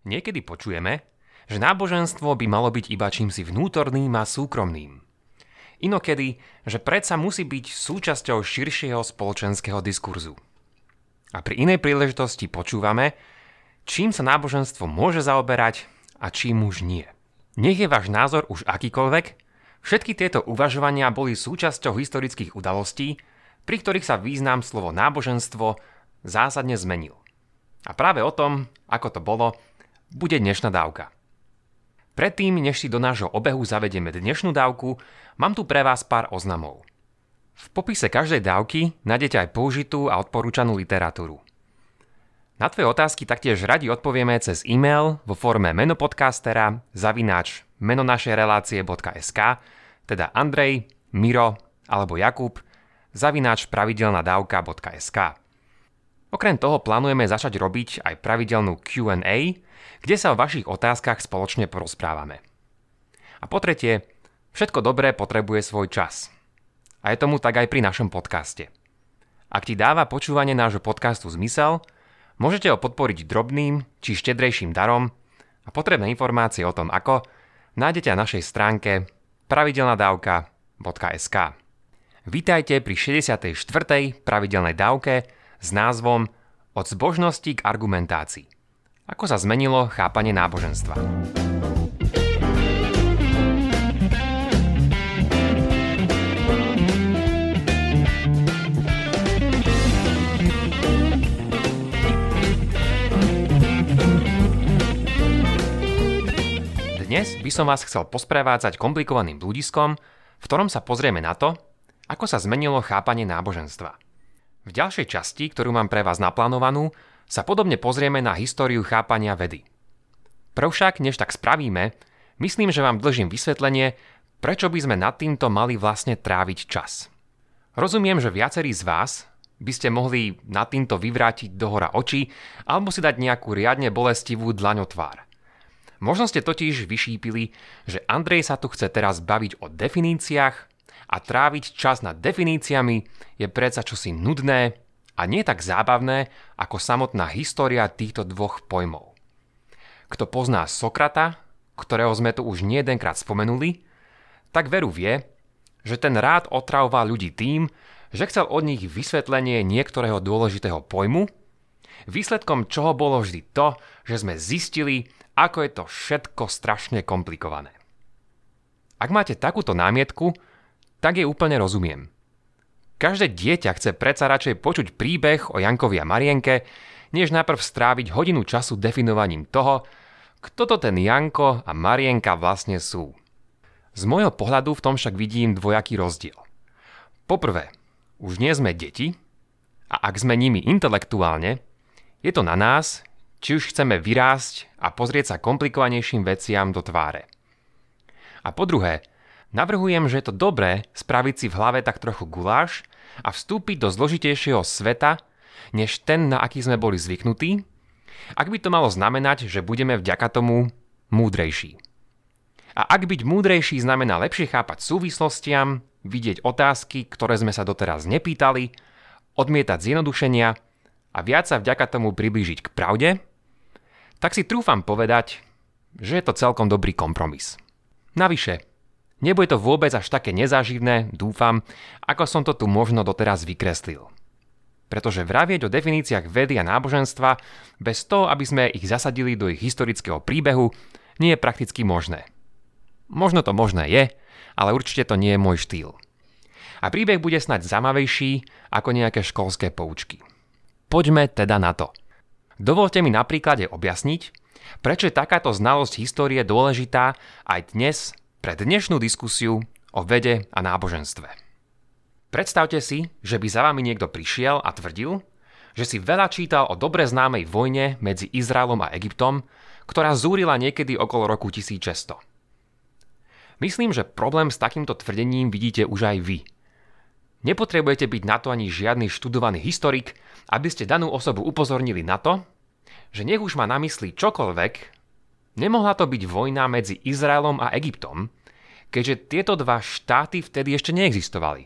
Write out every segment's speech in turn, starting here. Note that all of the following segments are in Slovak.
Niekedy počujeme, že náboženstvo by malo byť iba čímsi vnútorným a súkromným. Inokedy, že predsa musí byť súčasťou širšieho spoločenského diskurzu. A pri inej príležitosti počúvame, čím sa náboženstvo môže zaoberať a čím už nie. Nech je váš názor už akýkoľvek, všetky tieto uvažovania boli súčasťou historických udalostí, pri ktorých sa význam slovo náboženstvo zásadne zmenil. A práve o tom, ako to bolo, bude dnešná dávka. Predtým, než si do nášho obehu zavedieme dnešnú dávku, mám tu pre vás pár oznamov. V popise každej dávky nájdete aj použitú a odporúčanú literatúru. Na tvoje otázky taktiež radi odpovieme cez e-mail vo forme menopodcastera@menonašejrelácie.sk, teda Andrej, Miro alebo Jakub @pravidelnadavka.sk. Okrem toho plánujeme začať robiť aj pravidelnú Q&A, kde sa o vašich otázkach spoločne porozprávame. A po tretie, všetko dobré potrebuje svoj čas. A je tomu tak aj pri našom podcaste. Ak ti dáva počúvanie nášho podcastu zmysel, môžete ho podporiť drobným či štedrejším darom a potrebné informácie o tom ako nájdete na našej stránke pravidelnadavka.sk. Vítajte pri 64. pravidelnej dávke s názvom Od zbožnosti k argumentácii. Ako sa zmenilo chápanie náboženstva. Dnes by som vás chcel posprevádzať komplikovaným bludiskom, v ktorom sa pozrieme na to, ako sa zmenilo chápanie náboženstva. V ďalšej časti, ktorú mám pre vás naplánovanú, sa podobne pozrieme na históriu chápania vedy. Prvšak, než tak spravíme, myslím, že vám dlžím vysvetlenie, prečo by sme nad týmto mali vlastne tráviť čas. Rozumiem, že viacerí z vás by ste mohli nad týmto vyvrátiť dohora oči alebo si dať nejakú riadne bolestivú dlaň o tvár. Možno ste totiž vyšípili, že Andrej sa tu chce teraz baviť o definíciách a tráviť čas nad definíciami je predsa čosi nudné a nie tak zábavné ako samotná história týchto dvoch pojmov. Kto pozná Sokrata, ktorého sme tu už niejedenkrát spomenuli, tak veru vie, že ten rád otravoval ľudí tým, že chcel od nich vysvetlenie niektorého dôležitého pojmu, výsledkom čoho bolo vždy to, že sme zistili, ako je to všetko strašne komplikované. Ak máte takúto námietku, tak jej úplne rozumiem. Každé dieťa chce predsa radšej počuť príbeh o Jankovi a Marienke, než najprv stráviť hodinu času definovaním toho, kto to ten Janko a Marienka vlastne sú. Z môjho pohľadu v tom však vidím dvojaký rozdiel. Poprvé, už nie sme deti a ak sme nimi intelektuálne, je to na nás, či už chceme vyrásť a pozrieť sa komplikovanejším veciam do tváre. A po druhé, navrhujem, že je to dobré spraviť si v hlave tak trochu guláš a vstúpiť do zložitejšieho sveta, než ten, na aký sme boli zvyknutí, ak by to malo znamenať, že budeme vďaka tomu múdrejší. A ak byť múdrejší znamená lepšie chápať súvislostiam, vidieť otázky, ktoré sme sa doteraz nepýtali, odmietať zjednodušenia a viac sa vďaka tomu priblížiť k pravde, tak si trúfam povedať, že je to celkom dobrý kompromis. Navyše, nebude to vôbec až také nezáživné, dúfam, ako som to tu možno doteraz vykreslil. Pretože vravieť o definíciách vedy a náboženstva bez toho, aby sme ich zasadili do ich historického príbehu, nie je prakticky možné. Možno to možné je, ale určite to nie je môj štýl. A príbeh bude snáď zaujímavejší ako nejaké školské poučky. Poďme teda na to. Dovolte mi na príklade objasniť, prečo je takáto znalosť histórie dôležitá aj dnes pre dnešnú diskusiu o vede a náboženstve. Predstavte si, že by za vami niekto prišiel a tvrdil, že si veľa čítal o dobre známej vojne medzi Izraelom a Egyptom, ktorá zúrila niekedy okolo roku 1600. Myslím, že problém s takýmto tvrdením vidíte už aj vy. Nepotrebujete byť na to ani žiadny študovaný historik, aby ste danú osobu upozornili na to, že nech už má na mysli čokoľvek, nemohla to byť vojna medzi Izraelom a Egyptom, keďže tieto dva štáty vtedy ešte neexistovali.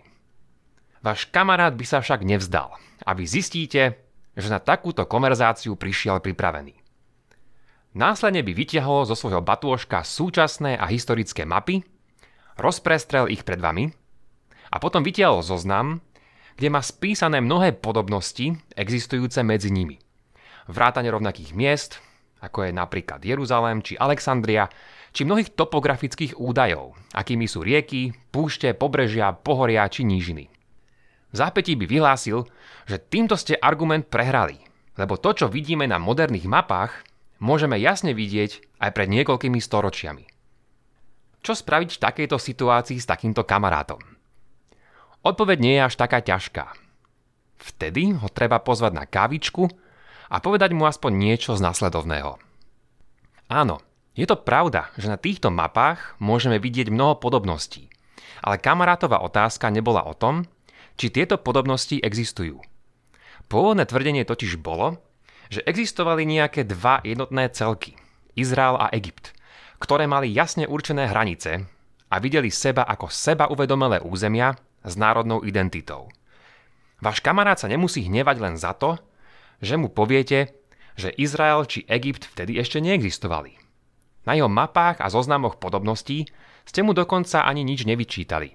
Váš kamarát by sa však nevzdal a vy zistíte, že na takúto konverzáciu prišiel pripravený. Následne by vytiahol zo svojho batôžka súčasné a historické mapy, rozprestrel ich pred vami a potom vytiahol zoznam, kde má spísané mnohé podobnosti existujúce medzi nimi. Vrátane rovnakých miest, ako je napríklad Jeruzalém či Alexandria, či mnohých topografických údajov, akými sú rieky, púšte, pobrežia, pohoria či nížiny. V zápätí by vyhlásil, že týmto ste argument prehrali, lebo to, čo vidíme na moderných mapách, môžeme jasne vidieť aj pred niekoľkými storočiami. Čo spraviť v takejto situácii s takýmto kamarátom? Odpoveď nie je až taká ťažká. Vtedy ho treba pozvať na kávičku a povedať mu aspoň niečo z nasledovného. Áno, je to pravda, že na týchto mapách môžeme vidieť mnoho podobností, ale kamarátova otázka nebola o tom, či tieto podobnosti existujú. Pôvodné tvrdenie totiž bolo, že existovali nejaké dva jednotné celky, Izrael a Egypt, ktoré mali jasne určené hranice a videli seba ako seba uvedomelé územia s národnou identitou. Váš kamarát sa nemusí hnevať len za to, že mu poviete, že Izrael či Egypt vtedy ešte neexistovali. Na jeho mapách a zoznamoch podobností ste mu dokonca ani nič nevyčítali.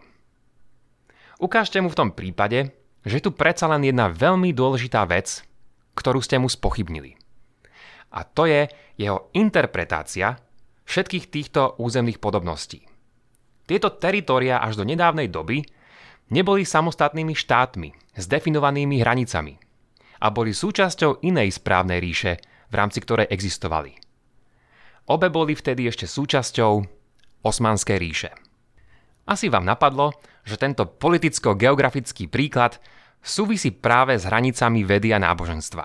Ukážte mu v tom prípade, že je tu predsa len jedna veľmi dôležitá vec, ktorú ste mu spochybnili. A to je jeho interpretácia všetkých týchto územných podobností. Tieto teritória až do nedávnej doby neboli samostatnými štátmi s definovanými hranicami a boli súčasťou inej správnej ríše, v rámci ktorej existovali. Obe boli vtedy ešte súčasťou Osmanskej ríše. Asi vám napadlo, že tento politicko-geografický príklad súvisí práve s hranicami vedy a náboženstva.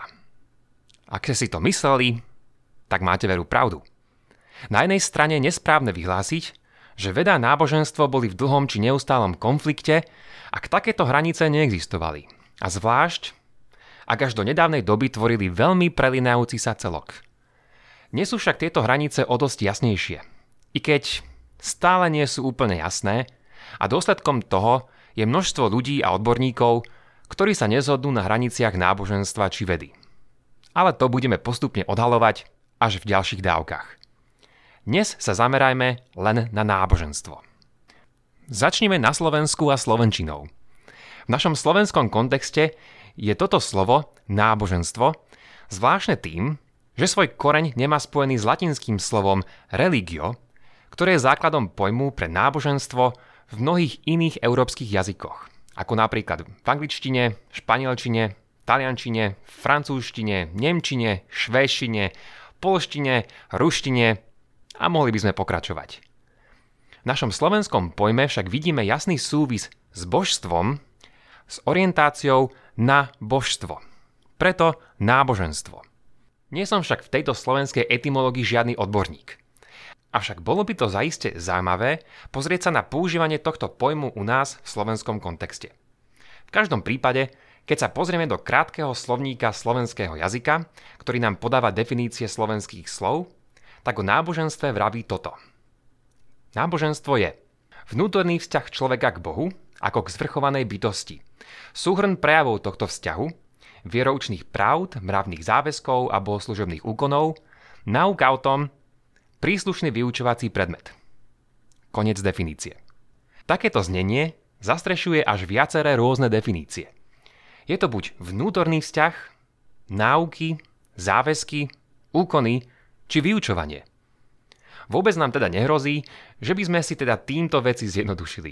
Ak ste si to mysleli, tak máte veru pravdu. Na jednej strane je nesprávne vyhlásiť, že veda a náboženstvo boli v dlhom či neustálom konflikte, ak takéto hranice neexistovali. A zvlášť, ak až do nedávnej doby tvorili veľmi prelinajúci sa celok. Dnes sú však tieto hranice o dosť jasnejšie, i keď stále nie sú úplne jasné a dôsledkom toho je množstvo ľudí a odborníkov, ktorí sa nezhodnú na hraniciach náboženstva či vedy. Ale to budeme postupne odhalovať až v ďalších dávkach. Dnes sa zamerajme len na náboženstvo. Začnime na Slovensku a slovenčinou. V našom slovenskom kontexte je toto slovo náboženstvo zvláštne tým, že svoj koreň nemá spojený s latinským slovom religio, ktoré je základom pojmu pre náboženstvo v mnohých iných európskych jazykoch, ako napríklad v angličtine, španielčine, taliančine, francúzštine, nemčine, švédštine, poľštine, ruštine a mohli by sme pokračovať. V našom slovenskom pojme však vidíme jasný súvis s božstvom, s orientáciou na božstvo. Preto náboženstvo. Nie som však v tejto slovenskej etymológii žiadny odborník. Avšak bolo by to zaiste zaujímavé pozrieť sa na používanie tohto pojmu u nás v slovenskom kontexte. V každom prípade, keď sa pozrieme do krátkeho slovníka slovenského jazyka, ktorý nám podáva definície slovenských slov, tak o náboženstve vraví toto. Náboženstvo je vnútorný vzťah človeka k Bohu ako k zvrchovanej bytosti. Súhrn prejavov tohto vzťahu, vieroučných pravd, mravných záväzkov a bohoslužobných úkonov, náuka o tom, príslušný vyučovací predmet. Koniec definície. Takéto znenie zastrešuje až viaceré rôzne definície. Je to buď vnútorný vzťah, náuky, záväzky, úkony či vyučovanie. Vôbec nám teda nehrozí, že by sme si teda týmto veci zjednodušili.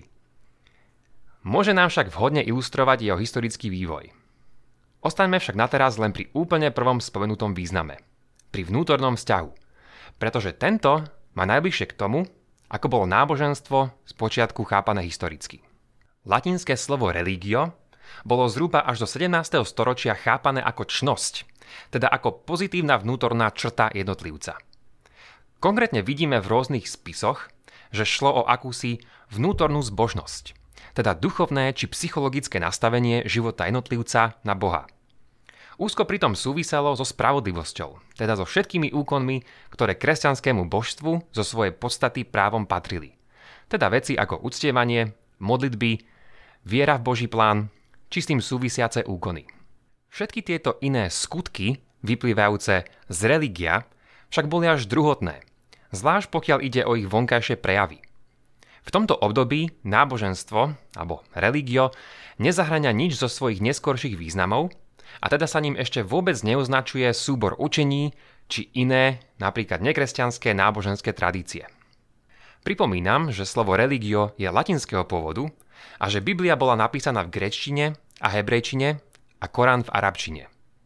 Môže nám však vhodne ilustrovať jeho historický vývoj. Ostaňme však nateraz len pri úplne prvom spomenutom význame. Pri vnútornom vzťahu. Pretože tento má najbližšie k tomu, ako bolo náboženstvo spočiatku chápané historicky. Latinské slovo religio bolo zhruba až do 17. storočia chápané ako čnosť, teda ako pozitívna vnútorná črta jednotlivca. Konkrétne vidíme v rôznych spisoch, že šlo o akúsi vnútornú zbožnosť, teda duchovné či psychologické nastavenie života jednotlivca na Boha. Úzko pritom súviselo so spravodlivosťou, teda so všetkými úkonmi, ktoré kresťanskému božstvu zo svojej podstaty právom patrili. Teda veci ako uctievanie, modlitby, viera v Boží plán, či s tým súvisiace úkony. Všetky tieto iné skutky, vyplývajúce z religia, však boli až druhotné, zvlášť pokiaľ ide o ich vonkajšie prejavy. V tomto období náboženstvo, alebo religio, nezahŕňa nič zo svojich neskorších významov a teda sa ním ešte vôbec neoznačuje súbor učení či iné, napríklad nekresťanské náboženské tradície. Pripomínam, že slovo religio je latinského pôvodu a že Biblia bola napísaná v gréčtine a hebrejčine a Korán v arabčine.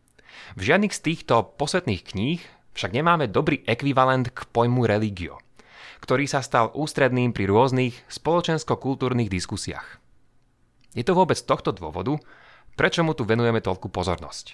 V žiadnych z týchto posvetných kníh však nemáme dobrý ekvivalent k pojmu religio, ktorý sa stal ústredným pri rôznych spoločensko-kultúrnych diskusiách. Je to vôbec z tohto dôvodu, prečo mu tu venujeme toľkú pozornosť.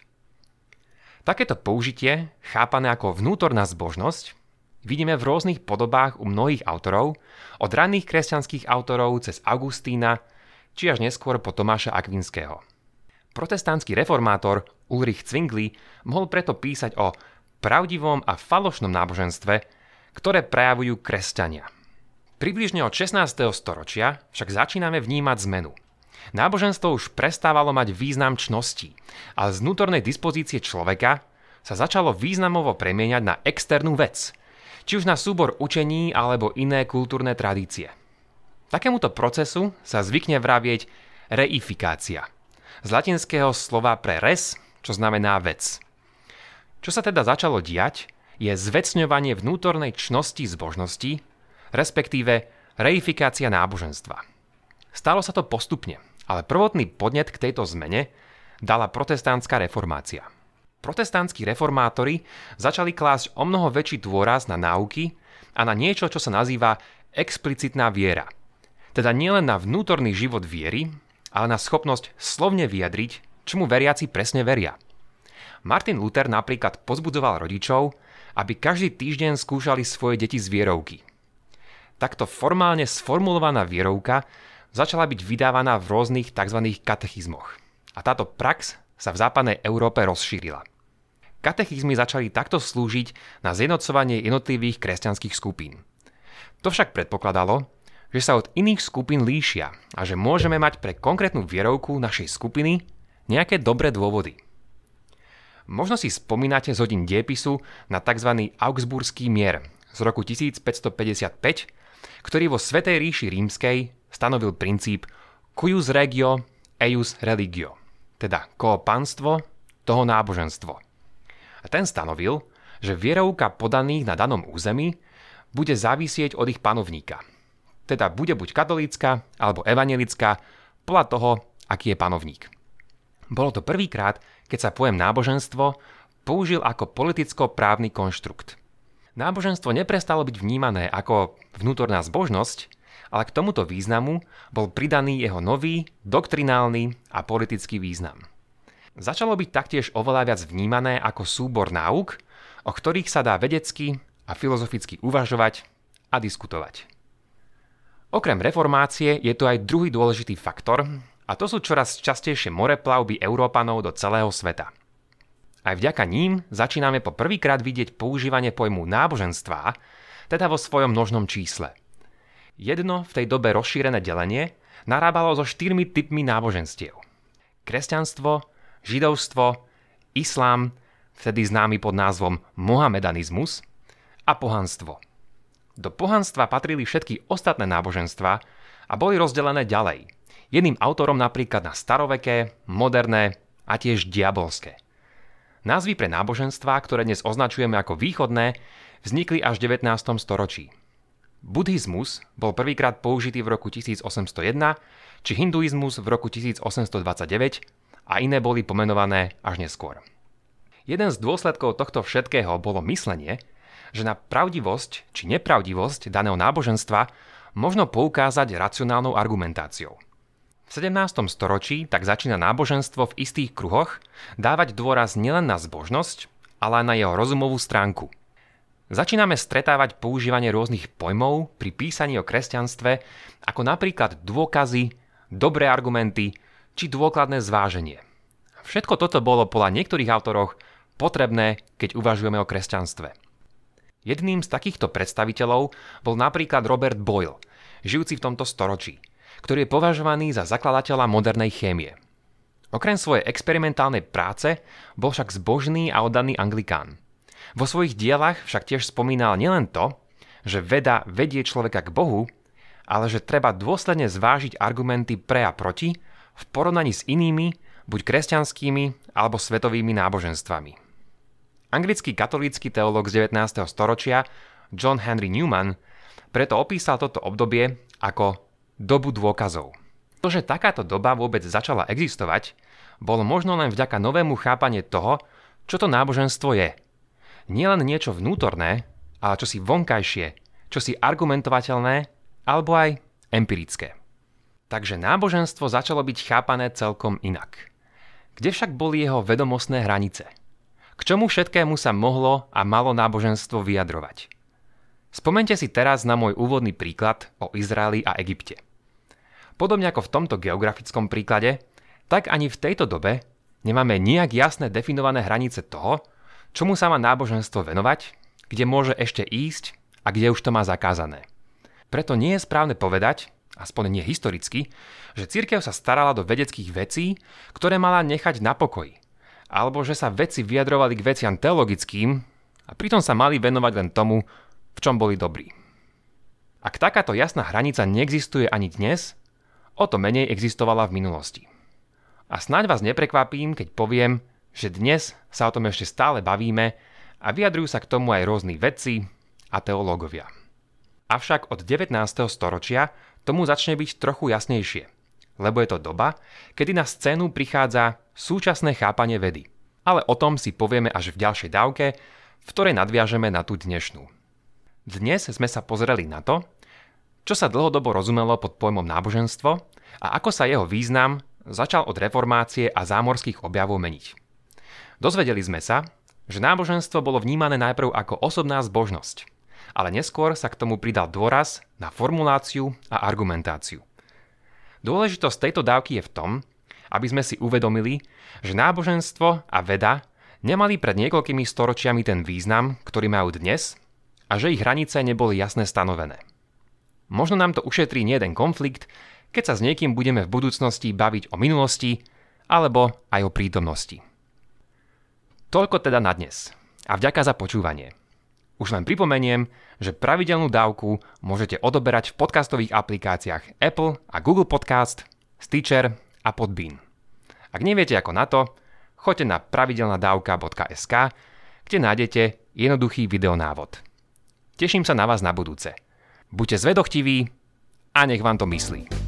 Takéto použitie, chápané ako vnútorná zbožnosť, vidíme v rôznych podobách u mnohých autorov, od raných kresťanských autorov cez Augustína, či až neskôr po Tomáša Akvinského. Protestantský reformátor Ulrich Zwingli mohol preto písať o pravdivom a falošnom náboženstve, ktoré prejavujú kresťania. Približne od 16. storočia však začíname vnímať zmenu. Náboženstvo už prestávalo mať význam čností, ale z vnútornej dispozície človeka sa začalo významovo premieňať na externú vec, či už na súbor učení alebo iné kultúrne tradície. Takémuto procesu sa zvykne vravieť reifikácia, z latinského slova pre res, čo znamená vec. Čo sa teda začalo diať, je zvecňovanie vnútornej čnosti zbožnosti, respektíve reifikácia náboženstva. Stalo sa to postupne, ale prvotný podnet k tejto zmene dala protestantská reformácia. Protestantskí reformátori začali klásť omnoho väčší dôraz na náuky a na niečo, čo sa nazýva explicitná viera. Teda nielen na vnútorný život viery, ale na schopnosť slovne vyjadriť, čomu veriaci presne veria. Martin Luther napríklad pozbudzoval rodičov, aby každý týždeň skúšali svoje deti z vierovky. Takto formálne sformulovaná vierovka začala byť vydávaná v rôznych tzv. Katechizmoch. A táto prax sa v západnej Európe rozšírila. Katechizmy začali takto slúžiť na zjednocovanie jednotlivých kresťanských skupín. To však predpokladalo, že sa od iných skupín líšia a že môžeme mať pre konkrétnu vierovku našej skupiny nejaké dobré dôvody. Možno si spomínate z hodín diepisu na tzv. Augsburský mier z roku 1555, ktorý vo Svätej ríši rímskej stanovil princíp cuius regio eius religio, teda koho panstvo, toho náboženstvo. A ten stanovil, že vierovka podaných na danom území bude závisieť od ich panovníka. Teda bude buď katolícka alebo evanjelická podľa toho, aký je panovník. Bolo to prvýkrát, keď sa pojem náboženstvo použil ako politicko-právny konštrukt. Náboženstvo neprestalo byť vnímané ako vnútorná zbožnosť, ale k tomuto významu bol pridaný jeho nový, doktrinálny a politický význam. Začalo byť taktiež oveľa viac vnímané ako súbor náuk, o ktorých sa dá vedecky a filozoficky uvažovať a diskutovať. Okrem reformácie je tu aj druhý dôležitý faktor, a to sú čoraz častejšie moreplavby Európanov do celého sveta. Aj vďaka ním začíname po prvýkrát vidieť používanie pojmu náboženstva, teda vo svojom množnom čísle. Jedno v tej dobe rozšírené delenie narábalo so 4 typmi náboženstiev. Kresťanstvo, židovstvo, islám, vtedy známy pod názvom mohamedanizmus, a pohanstvo. Do pohanstva patrili všetky ostatné náboženstva a boli rozdelené ďalej. Jedným autorom napríklad na staroveké, moderné a tiež diabolské. Názvy pre náboženstvá, ktoré dnes označujeme ako východné, vznikli až v 19. storočí. Buddhizmus bol prvýkrát použitý v roku 1801, či hinduizmus v roku 1829 a iné boli pomenované až neskôr. Jeden z dôsledkov tohto všetkého bolo myslenie, že na pravdivosť či nepravdivosť daného náboženstva možno poukázať racionálnou argumentáciou. V 17. storočí tak začína náboženstvo v istých kruhoch dávať dôraz nielen na zbožnosť, ale aj na jeho rozumovú stránku. Začíname stretávať používanie rôznych pojmov pri písaní o kresťanstve, ako napríklad dôkazy, dobré argumenty či dôkladné zváženie. Všetko toto bolo podľa niektorých autoroch potrebné, keď uvažujeme o kresťanstve. Jedným z takýchto predstaviteľov bol napríklad Robert Boyle, žijúci v tomto storočí, ktorý je považovaný za zakladateľa modernej chémie. Okrem svojej experimentálnej práce bol však zbožný a oddaný anglikán. Vo svojich dielach však tiež spomínal nielen to, že veda vedie človeka k Bohu, ale že treba dôsledne zvážiť argumenty pre a proti v porovnaní s inými, buď kresťanskými alebo svetovými náboženstvami. Anglický katolícky teológ z 19. storočia John Henry Newman preto opísal toto obdobie ako dobu dôkazov. To, že takáto doba vôbec začala existovať, bolo možno len vďaka novému chápaniu toho, čo to náboženstvo je. Nielen niečo vnútorné, ale čosi vonkajšie, čosi argumentovateľné alebo aj empirické. Takže náboženstvo začalo byť chápané celkom inak. Kde však boli jeho vedomostné hranice? K čomu všetkému sa mohlo a malo náboženstvo vyjadrovať? Spomeňte si teraz na môj úvodný príklad o Izraeli a Egypte. Podobne ako v tomto geografickom príklade, tak ani v tejto dobe nemáme nijak jasné definované hranice toho, čomu sa má náboženstvo venovať, kde môže ešte ísť a kde už to má zakázané. Preto nie je správne povedať, aspoň nie historicky, že cirkev sa starala do vedeckých vecí, ktoré mala nechať na pokoji, alebo že sa vedci vyjadrovali k veciam teologickým a pritom sa mali venovať len tomu, v čom boli dobrí. Ak takáto jasná hranica neexistuje ani dnes, o to menej existovala v minulosti. A snáď vás neprekvapím, keď poviem, že dnes sa o tom ešte stále bavíme a vyjadrujú sa k tomu aj rôzni vedci a teológovia. Avšak od 19. storočia tomu začne byť trochu jasnejšie, lebo je to doba, kedy na scénu prichádza súčasné chápanie vedy. Ale o tom si povieme až v ďalšej dávke, v ktorej nadviažeme na tú dnešnú. Dnes sme sa pozreli na to, čo sa dlhodobo rozumelo pod pojmom náboženstvo a ako sa jeho význam začal od reformácie a zámorských objavov meniť. Dozvedeli sme sa, že náboženstvo bolo vnímané najprv ako osobná zbožnosť, ale neskôr sa k tomu pridal dôraz na formuláciu a argumentáciu. Dôležitosť tejto dávky je v tom, aby sme si uvedomili, že náboženstvo a veda nemali pred niekoľkými storočiami ten význam, ktorý majú dnes, a že ich hranice neboli jasne stanovené. Možno nám to ušetrí jeden konflikt, keď sa s niekým budeme v budúcnosti baviť o minulosti alebo aj o prítomnosti. Toľko teda na dnes a vďaka za počúvanie. Už len pripomeniem, že pravidelnú dávku môžete odoberať v podcastových aplikáciách Apple a Google Podcast, Stitcher a Podbean. Ak neviete ako na to, choďte na pravidelnadavka.sk, kde nájdete jednoduchý videonávod. Teším sa na vás na budúce. Buďte zvedochtiví a nech vám to myslí.